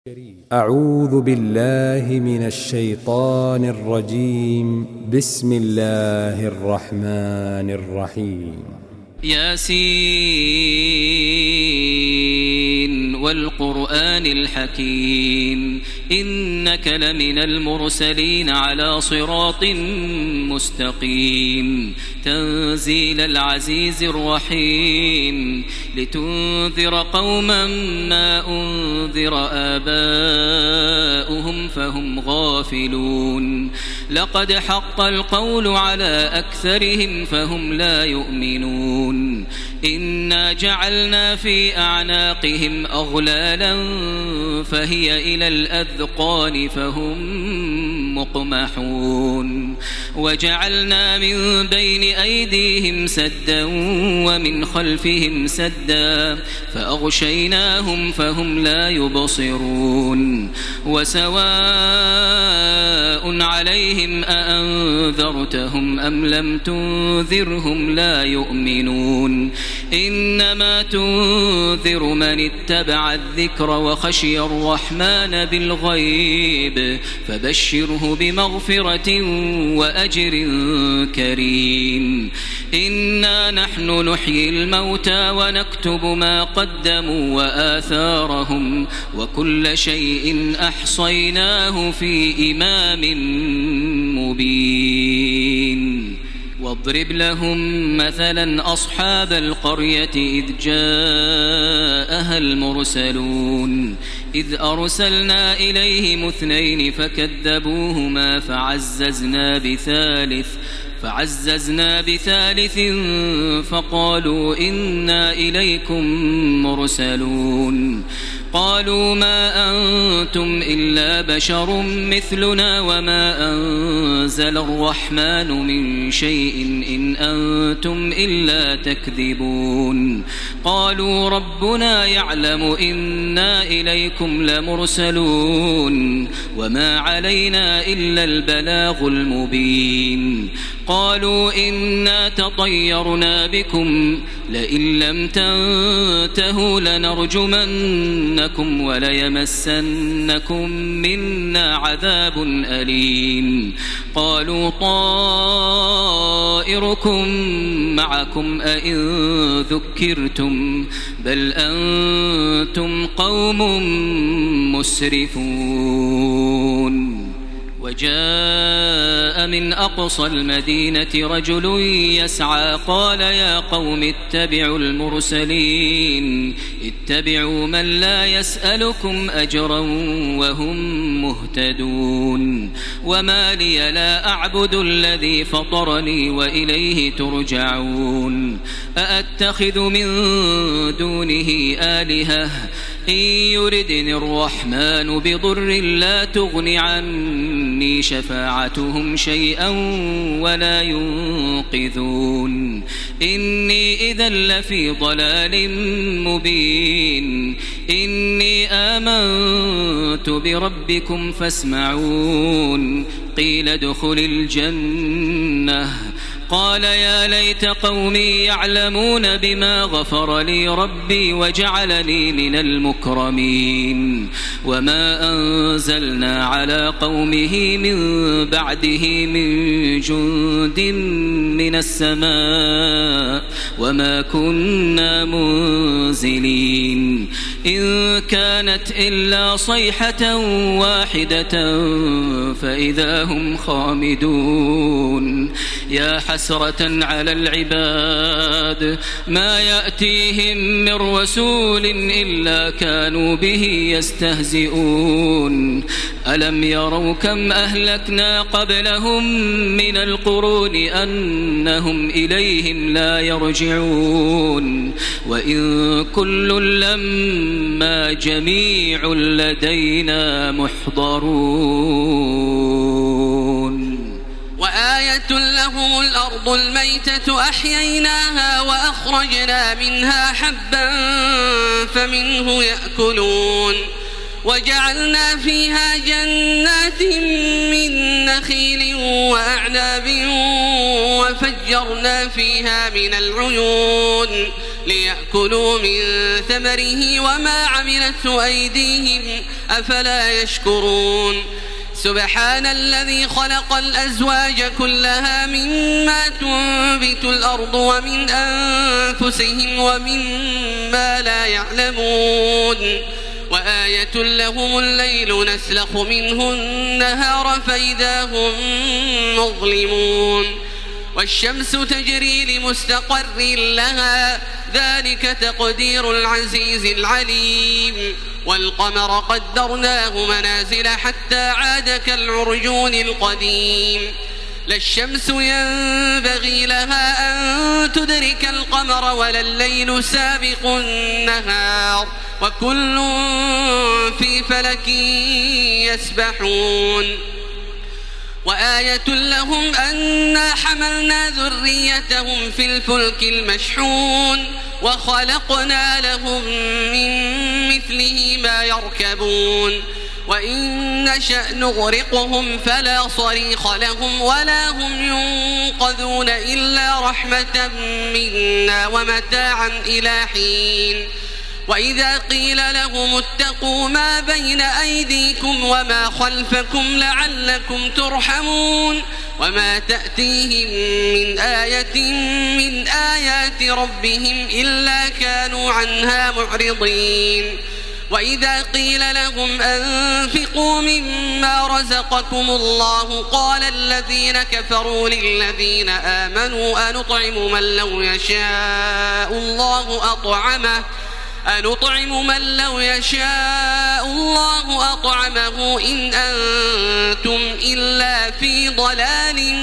أعوذ بالله من الشيطان الرجيم. بسم الله الرحمن الرحيم. ياسين والقرآن الحكيم إنك لمن المرسلين على صراط مستقيم تنزيل العزيز الرحيم لتنذر قوما ما أنذر آباؤهم فهم غافلون لقد حق القول على أكثرهم فهم لا يؤمنون إنا جعلنا في أعناقهم أغلالا فهي إلى الأذقان فهم مقمحون وجعلنا من بين أيديهم سدا ومن خلفهم سدا فأغشيناهم فهم لا يبصرون وسواء عليهم أأنذرتهم أم لم تنذرهم لا يؤمنون إنما تنذر من اتبع الذكر وخشي الرحمن بالغيب فبشره بمغفرة وأجر كريم إنا نحن نحيي الموتى ونكتب ما قدموا وآثارهم وكل شيء أحصيناه في إمام مبين واضرب لهم مثلا أصحاب القرية إذ جاءها المرسلون إذ أرسلنا إليهم 2 فكذبوهما فعززنا بثالث فقالوا إنا إليكم مرسلون قالوا ما أنتم إلا بشر مثلنا وما أنزل الرحمن من شيء إن أنتم إلا تكذبون قالوا ربنا يعلم إنا إليكم لمرسلون وما علينا إلا البلاغ المبين قالوا إنا تطيرنا بكم لئن لم تنتهوا لنرجمنكم وليمسنكم منا عذاب أليم قالوا طائركم معكم أئن ذكرتم بل أنتم قوم مسرفون وجاء من أقصى المدينة رجل يسعى قال يا قوم اتبعوا المرسلين اتبعوا من لا يسألكم أجرا وهم مهتدون وما لي لا أعبد الذي فطرني وإليه ترجعون أأتخذ من دونه آلهة إن يردني الرحمن بضر لا تغن عني شفاعتهم شيئا ولا ينقذون إني إذا لفي ضلال مبين إني آمنت بربكم فاسمعون قيل ادخل الجنة قال يا ليت قومي يعلمون بما غفر لي ربي وجعلني من المكرمين وما أنزلنا على قومه من بعده من جند من السماء وما كنا منزلين إن كانت إلا صيحة واحدة فإذا هم خامدون يا حسرة على العباد ما يأتيهم من رسول إلا كانوا به يستهزئون ألم يروا كم أهلكنا قبلهم من القرون أنهم إليهم لا يرجعون وإن كل لما جميع لدينا محضرون وآية لهم الأرض الميتة أحييناها وأخرجنا منها حبا فمنه يأكلون وجعلنا فيها جنات من نخيل وأعناب وفجرنا فيها من العيون ليأكلوا من ثمره وما عملته أيديهم أفلا يشكرون سبحان الذي خلق الأزواج كلها مما تنبت الأرض ومن أنفسهم ومما لا يعلمون وآية لهم الليل نسلخ منه النهار فإذا هم مظلمون والشمس تجري لمستقر لها ذلك تقدير العزيز العليم والقمر قدرناه منازل حتى عاد كالعرجون القديم لا الشمس ينبغي لها أن تدرك القمر ولا الليل سابق النهار وكل في فلك يسبحون وآية لهم أنا حملنا ذريتهم في الفلك المشحون وخلقنا لهم من مثله ما يركبون وإن نشأ نغرقهم فلا صريخ لهم ولا هم ينقذون إلا رحمة منا ومتاعا إلى حين وإذا قيل لهم اتقوا ما بين أيديكم وما خلفكم لعلكم ترحمون وما تأتيهم من آية من آيات ربهم إلا كانوا عنها معرضين وإذا قيل لهم أنفقوا مما رزقكم الله قال الذين كفروا للذين آمنوا أنطعم من لو يشاء الله أطعمه إن أنتم إلا في ضلال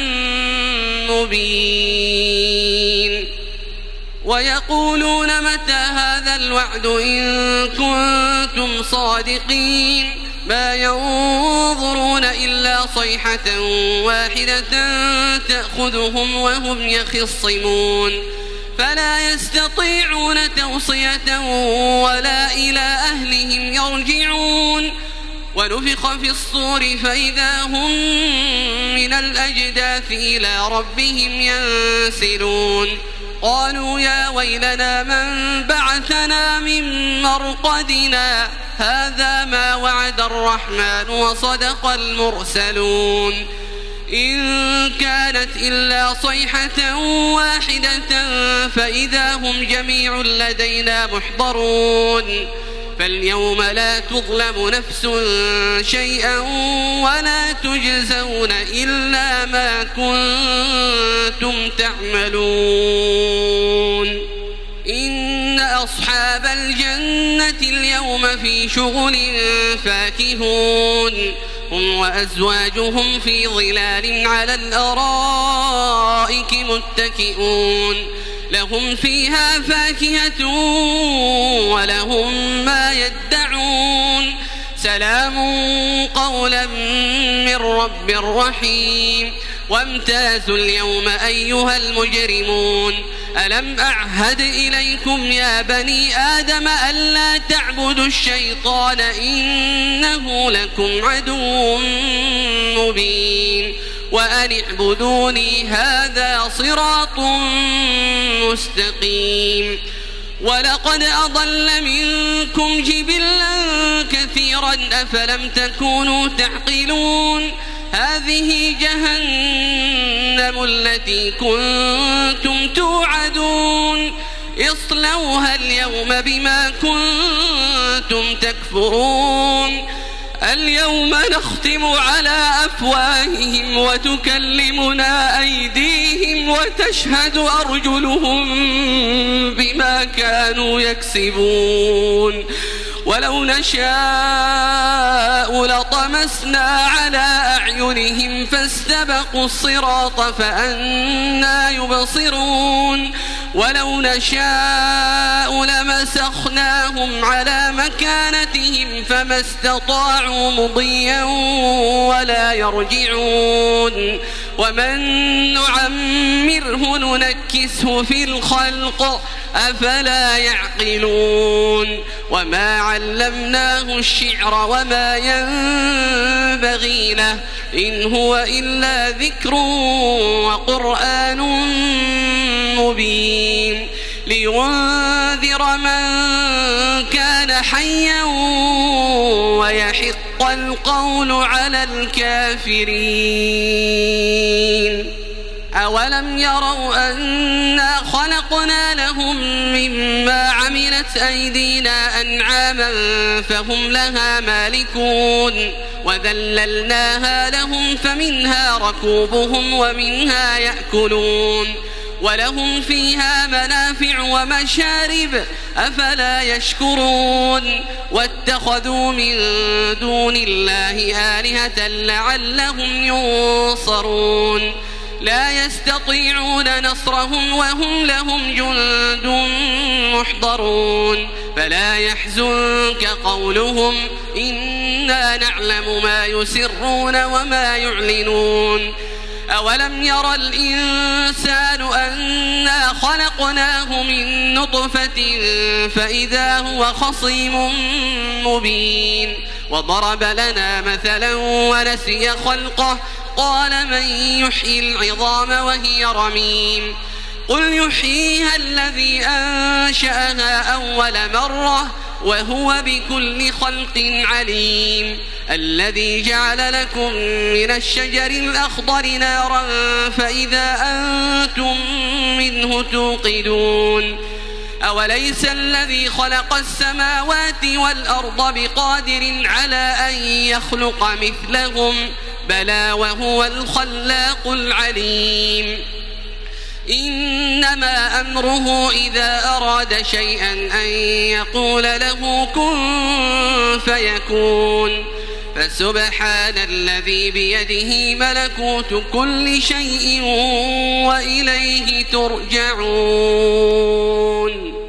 مبين ويقولون متى هذا الوعد إن كنتم صادقين ما ينظرون إلا صيحة واحدة تأخذهم وهم يخصمون فلا يستطيعون توصية ولا إلى أهلهم يرجعون ونفخ في الصور فإذا هم من الأجداث إلى ربهم ينسلون قالوا يا ويلنا من بعثنا من مرقدنا هذا ما وعد الرحمن وصدق المرسلون إن كانت إلا صيحة واحدة فإذا هم جميع لدينا محضرون فاليوم لا تظلم نفس شيئا ولا تجزون إلا ما كنتم تعملون إن أصحاب الجنة اليوم في شغل فاكهون هم وأزواجهم في ظلال على الأرائك متكئون لهم فيها فاكهة ولهم ما يدعون سلام قولا من رب رحيم وامتازوا اليوم أيها المجرمون ألم أعهد إليكم يا بني آدم ألا تعبدوا الشيطان إنه لكم عدو مبين وأن اعبدوني هذا صراط مستقيم ولقد أضل منكم جبلا كثيرا أفلم تكونوا تعقلون هذه جهنم التي كنتم توعدون اصلوها اليوم بما كنتم تكفرون اليوم نختم على أفواههم وتكلمنا أيديهم وتشهد أرجلهم بما كانوا يكسبون ولو نشاء لطمسنا على أعينهم فاستبقوا الصراط فأنى يبصرون ولو نشاء لمسخناهم على مكانتهم فما استطاعوا مضيا ولا يرجعون ومن نعمره ننكسه في الخلق أفلا يعقلون وما علمناه الشعر وما ينبغي له إن هو إلا ذكر وقرآن مبين لينذر من كان حيا ويحق القول على الكافرين. أولم يروا أنا خلقنا لهم مما عملت أيدينا أنعاما فهم لها مالكون وذللناها لهم فمنها ركوبهم ومنها يأكلون ولهم فيها منافع ومشارب أفلا يشكرون واتخذوا من دون الله آلهة لعلهم ينصرون لا يستطيعون نصرهم وهم لهم جند محضرون فلا يحزنك قولهم إنا نعلم ما يسرون وما يعلنون أولم ير الإنسان أنا خلقناه من نطفة فإذا هو خصيم مبين وضرب لنا مثلا ونسي خلقه قال من يحيي العظام وهي رميم قل يحييها الذي أنشأها أول مرة وهو بكل خلق عليم الذي جعل لكم من الشجر الأخضر نارا فإذا أنتم منه توقدون أوليس الذي خلق السماوات والأرض بقادر على أن يخلق مثلهم بلى وهو الخلاق العليم إنما أمره إذا أراد شيئا أن يقول له كن فيكون فسبحان الذي بيده ملكوت كل شيء وإليه ترجعون.